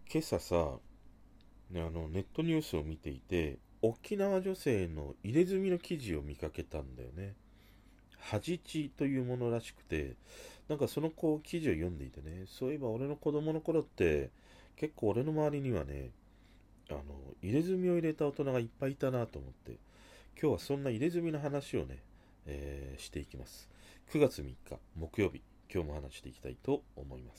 今朝さ、ネットニュースを見ていて、沖縄女性の入れ墨の記事を見かけたんだよね。恥知というものらしくて、なんかその記事を読んでいてね、そういえば俺の子供の頃って、結構俺の周りにはね、入れ墨を入れた大人がいっぱいいたなと思って、今日はそんな入れ墨の話をね、していきます。9月3日木曜日、今日も話していきたいと思います。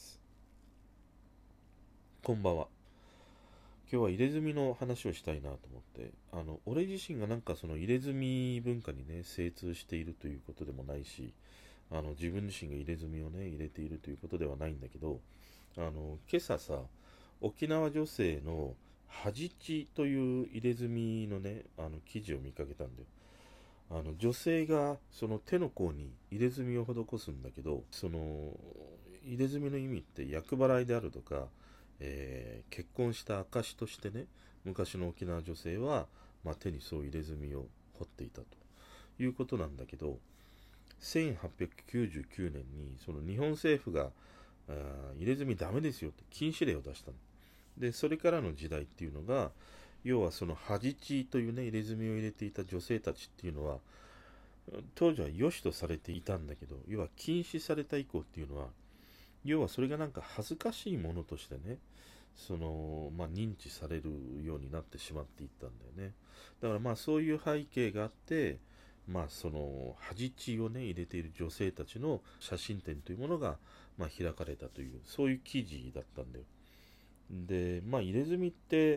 こんばんは。今日は入れ墨の話をしたいなと思って、俺自身がなんかその入れ墨文化にね、精通しているということでもないし、自分自身が入れ墨をね、入れているということではないんだけど、今朝さ、沖縄女性の恥知という入れ墨のね、記事を見かけたんだよ。女性がその手の甲に入れ墨を施すんだけど、その入れ墨の意味って厄払いであるとか、結婚した証としてね、昔の沖縄女性は、手にそう入れ墨を彫っていたということなんだけど、1899年にその日本政府が入れ墨ダメですよって禁止令を出したの。で、それからの時代っていうのが、要はその恥知というね、入れ墨を入れていた女性たちっていうのは、当時は良しとされていたんだけど、要は禁止された以降っていうのは、要はそれがなんか恥ずかしいものとしてね、認知されるようになってしまっていったんだよね。だからそういう背景があって、その恥知をね、入れている女性たちの写真展というものが、開かれたという、そういう記事だったんだよ。で、入れ墨って、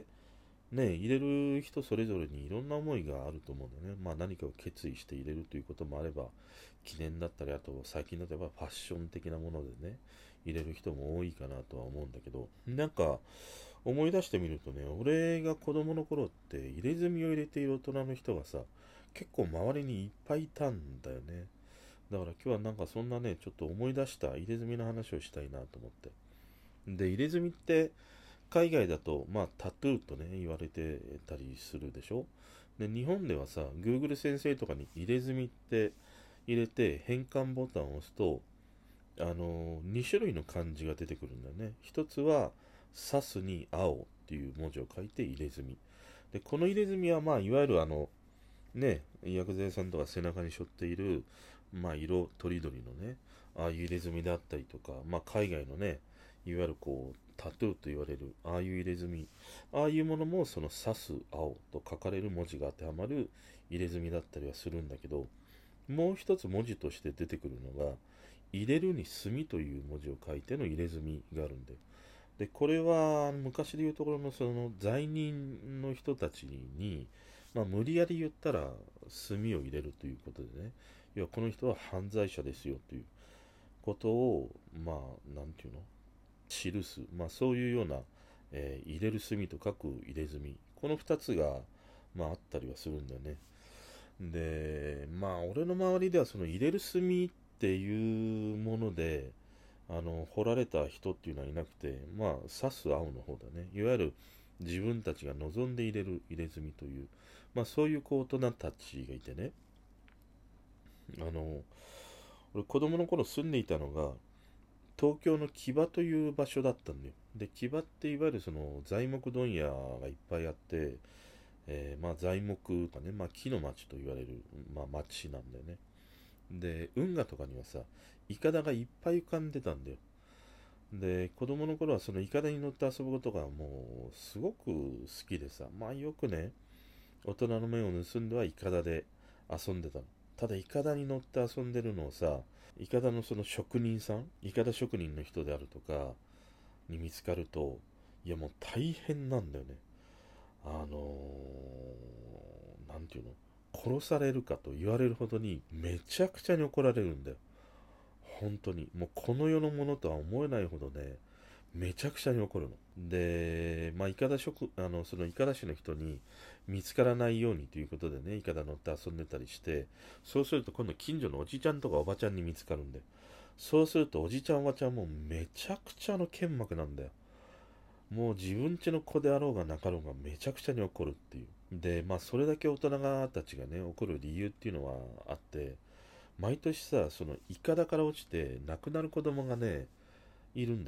ね、入れる人それぞれにいろんな思いがあると思うんだよね。何かを決意して入れるということもあれば、記念だったり、あと最近だとファッション的なものでね、入れる人も多いかなとは思うんだけど、なんか思い出してみるとね、俺が子供の頃って入れ墨を入れている大人の人がさ、結構周りにいっぱいいたんだよね。だから今日はなんかそんなね、ちょっと思い出した入れ墨の話をしたいなと思って。で、入れ墨って海外だと、タトゥーとね、言われてたりするでしょ。で、日本ではさ、Google 先生とかに入れ墨って入れて変換ボタンを押すと、2種類の漢字が出てくるんだよね。一つは、刺すに青っていう文字を書いて入れ墨。で、この入れ墨は、いわゆるね、薬剤さんとか背中に背負っている、色とりどりのね、ああいう入れ墨であったりとか、海外のね、いわゆるタトゥーと言われる、ああいう入れ墨、ああいうものもその刺す青と書かれる文字が当てはまる入れ墨だったりはするんだけど、もう一つ文字として出てくるのが、入れるに墨という文字を書いての入れ墨があるんだよ。で、これは昔でいうところのその罪人の人たちに、無理やり言ったら墨を入れるということでね、要はこの人は犯罪者ですよということを、なんていうの、記す、そういうような、入れる墨と書く入れ墨、この2つが、あったりはするんだよね。で、俺の周りではその入れる墨っていうもので、掘られた人っていうのはいなくて、刺す青の方だね。いわゆる自分たちが望んで入れる入れ墨という、そういう大人たちがいてね、あの、俺子供の頃住んでいたのが、東京の木場という場所だったんだよ。で、木場っていわゆるその材木問屋がいっぱいあって、材木とかね、木の町と言われる、町なんだよね。で、運河とかにはさ、イカダがいっぱい浮かんでたんだよ。で、子供の頃はそのイカダに乗って遊ぶことがもうすごく好きでさ、よくね、大人の目を盗んではイカダで遊んでたの。ただイカダに乗って遊んでるのをさ、イカダのその職人さん、イカダ職人の人であるとかに見つかると、いやもう大変なんだよね。なんていうの、殺されるかと言われるほどにめちゃくちゃに怒られるんだよ。本当に。もうこの世のものとは思えないほどね、めちゃくちゃに怒るの。で、イカダ職、そのイカダ師の人に見つからないようにということでね、イカダ乗って遊んでたりして、そうすると今度近所のおじちゃんとかおばちゃんに見つかるんだよ。そうするとおじちゃんおばちゃんもめちゃくちゃの剣幕なんだよ。もう自分家の子であろうがなかろうがめちゃくちゃに怒るっていう。で、それだけ大人たちがね、怒る理由っていうのはあって、毎年さ、そのイカダから落ちて亡くなる子供がね、いるんだよ。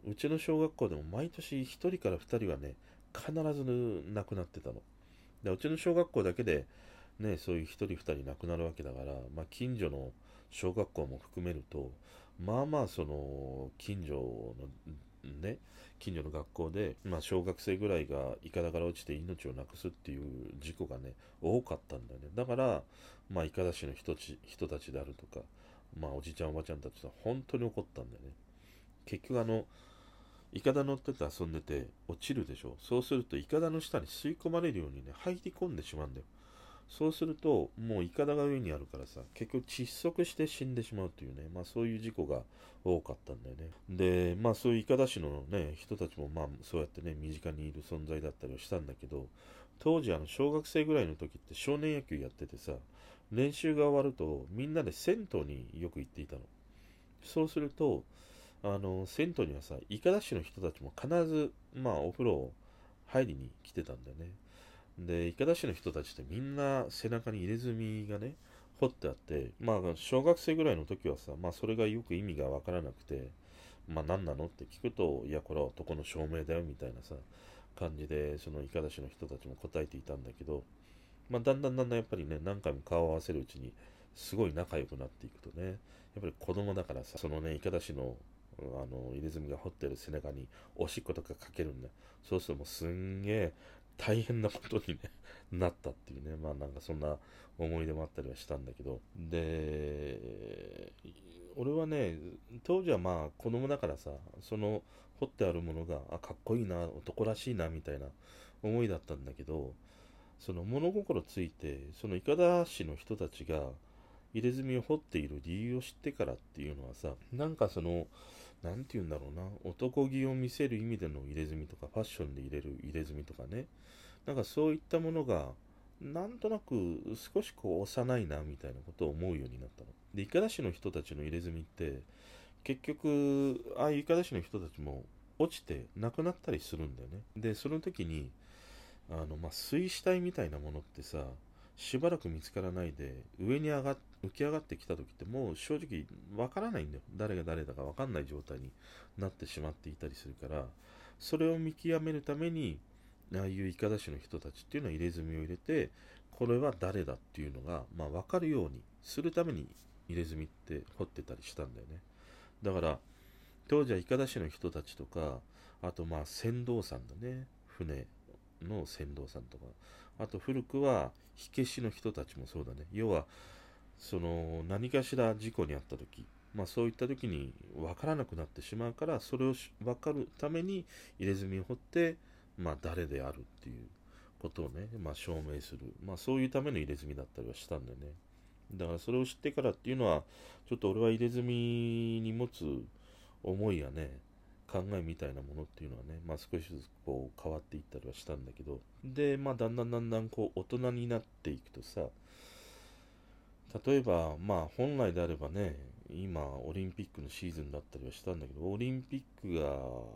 うちの小学校でも毎年1人から2人はね、必ず亡くなってたの。で、うちの小学校だけで、ね、そういう1人2人亡くなるわけだから、まあ、近所の小学校も含めると、まあまあ、その、ね、近所の学校で、まあ、小学生ぐらいがいかだから落ちて命をなくすっていう事故がね、多かったんだよね。だから、まあ、いかだ市の人たちであるとか、まあ、おじちゃんおばちゃんたちは本当に怒ったんだよね。結局いかだ乗ってて遊んでて落ちるでしょ。そうするといかだの下に吸い込まれるようにね、入り込んでしまうんだよ。そうすると、もういかだが上にあるからさ、結局窒息して死んでしまうというね、まあそういう事故が多かったんだよね。で、まあそういういかだ市のね、人たちもまあそうやってね、身近にいる存在だったりはしたんだけど、当時小学生ぐらいの時って少年野球やっててさ、練習が終わるとみんなで銭湯によく行っていたの。そうすると、銭湯にはさ、いかだ市の人たちも必ず、まあお風呂を入りに来てたんだよね。で、いかだ市の人たちってみんな背中に入れ墨がね、彫ってあって、まあ、小学生ぐらいの時はさ、まあ、それがよく意味がわからなくて、まあ、何なのって聞くと、いや、これは男の証明だよ、みたいなさ、感じで、そのいかだ市の人たちも答えていたんだけど、まあ、だんだんやっぱりね、何回も顔を合わせるうちに、すごい仲良くなっていくとね、やっぱり子供だからさ、そのね、いかだ市の入れ墨が彫ってる背中におしっことかかけるんだよ。そうするともうすんげえ大変なことに、ね、なったっていうね、まあなんかそんな思い出もあったりはしたんだけど、で、俺はね、当時はまあ子供だからさ、その彫ってあるものが、あ、かっこいいな、男らしいな、みたいな思いだったんだけど、その物心ついて、そのいかだ市の人たちが入れ墨を彫っている理由を知ってからっていうのはさ、なんかその、なんて言うんだろうな、男気を見せる意味での入れ墨とか、ファッションで入れる入れ墨とかね、なんかそういったものが、なんとなく少しこう幼いなみたいなことを思うようになったの。で、いかだ市の人たちの入れ墨って、結局、ああいういかだ市の人たちも落ちて亡くなったりするんだよね。で、その時に、まあ、水死体みたいなものってさ、しばらく見つからないで、上に浮き上がってきた時ってもう正直わからないんだよ。誰が誰だかわかんない状態になってしまっていたりするから、それを見極めるために、ああいういかだしの人たちっていうのは入れ墨を入れて、これは誰だっていうのが、まあ、分かるようにするために入れ墨って彫ってたりしたんだよね。だから、当時はいかだしの人たちとか、あとまあ船頭さんだね。船の船頭さんとか、あと古くは火消しの人たちもそうだね。要は、その何かしら事故にあった時、まあそういった時に分からなくなってしまうから、それを分かるために入れ墨を彫って、まあ誰であるっていうことをね、まあ証明する。まあそういうための入れ墨だったりはしたんだよね。だからそれを知ってからっていうのは、ちょっと俺は入れ墨に持つ思いやね、考えみたいなものっていうのはね、まあ少しずつこう変わっていったりはしたんだけど、で、まあだんだんこう大人になっていくとさ、例えばまあ本来であればね、今オリンピックのシーズンだったりはしたんだけど、オリンピックが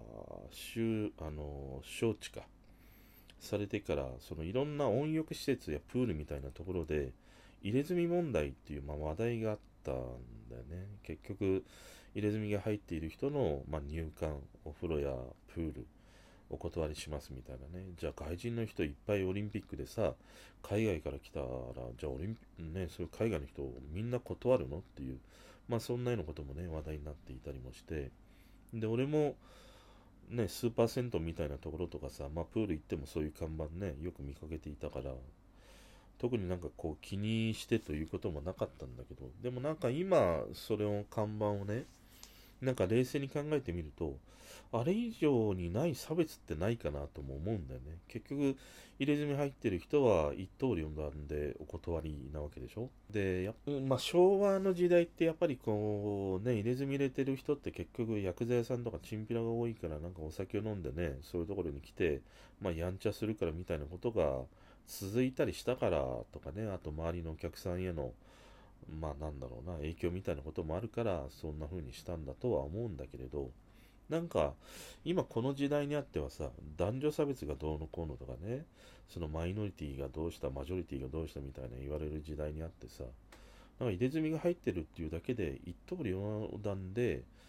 招致かされてから、そのいろんな温浴施設やプールみたいなところで、入れ墨問題っていう、まあ、話題があったんだよね。結局、入れ墨が入っている人の、まあ、入館、お風呂やプール、お断りしますみたいなね。じゃあ外人の人いっぱいオリンピックでさ、海外から来たら、じゃあね、そういう海外の人をみんな断るのっていう、まあそんなようなこともね、話題になっていたりもして、で、俺も、ね、スーパー銭湯みたいなところとかさ、まあプール行ってもそういう看板ね、よく見かけていたから、特になんかこう気にしてということもなかったんだけど、でもなんか今、それを看板をね、なんか冷静に考えてみると、あれ以上にない差別ってないかなとも思うんだよね。結局、入れ墨入ってる人は一刀両断でお断りなわけでしょ。で、まあ、昭和の時代ってやっぱりこうね、入れ墨入れてる人って結局薬剤屋さんとかチンピラが多いからなんかお酒を飲んでね、そういうところに来て、まあやんちゃするからみたいなことが続いたりしたからとかね、あと周りのお客さんへのまあなんだろうな、影響みたいなこともあるから、そんな風にしたんだとは思うんだけれど、なんか、今この時代にあってはさ、男女差別がどうのこうのとかね、そのマイノリティがどうした、マジョリティがどうしたみたいな言われる時代にあってさ、なんか入れ墨が入ってるっていうだけで、一刀両断で、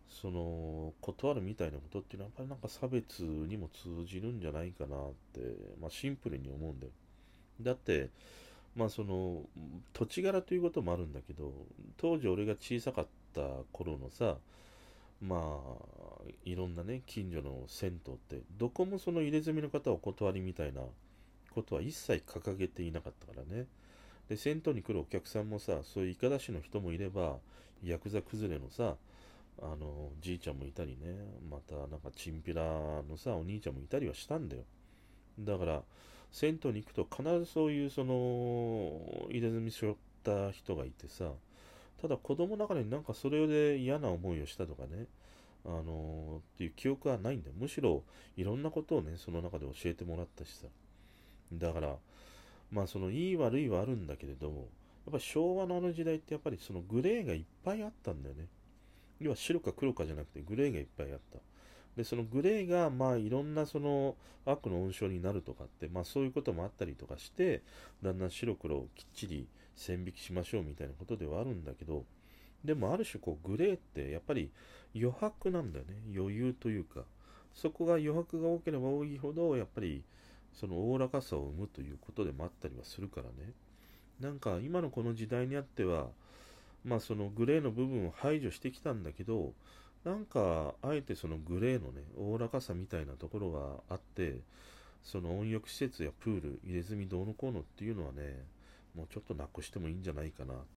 その断るみたいなことっていうのはやっぱりなんか差別にも通じるんじゃないかなって、まあ、シンプルに思うんだよ。だってまあその土地柄ということもあるんだけど、当時俺が小さかった頃のさ、まあいろんなね近所の銭湯ってどこもその入れ墨の方をお断りみたいなことは一切掲げていなかったからね。で銭湯に来るお客さんもさ、そういういかだしの人もいればヤクザ崩れのさ、じいちゃんもいたりね、またなんかチンピラのさお兄ちゃんもいたりはしたんだよ。だから銭湯に行くと必ずそういうその入れ墨しょった人がいてさ、ただ子供の中になんかそれで嫌な思いをしたとかね、っていう記憶はないんだよ。むしろいろんなことをねその中で教えてもらったしさ。だからまあそのいい悪いはあるんだけれども、やっぱり昭和のあの時代ってやっぱりそのグレーがいっぱいあったんだよね。要は白か黒かじゃなくてグレーがいっぱいあった。で、そのグレーがまあいろんなその悪の温床になるとかって、まあそういうこともあったりとかして、だんだん白黒をきっちり線引きしましょうみたいなことではあるんだけど、でもある種こうグレーってやっぱり余白なんだよね。余裕というか。そこが余白が多ければ多いほど、やっぱりそのおおらかさを生むということでもあったりはするからね。なんか今のこの時代にあっては、まあそのグレーの部分を排除してきたんだけど、なんかあえてそのグレーのね、おおらかさみたいなところがあって、その温浴施設やプール、入れ墨どうのこうのっていうのはね、もうちょっとなくしてもいいんじゃないかな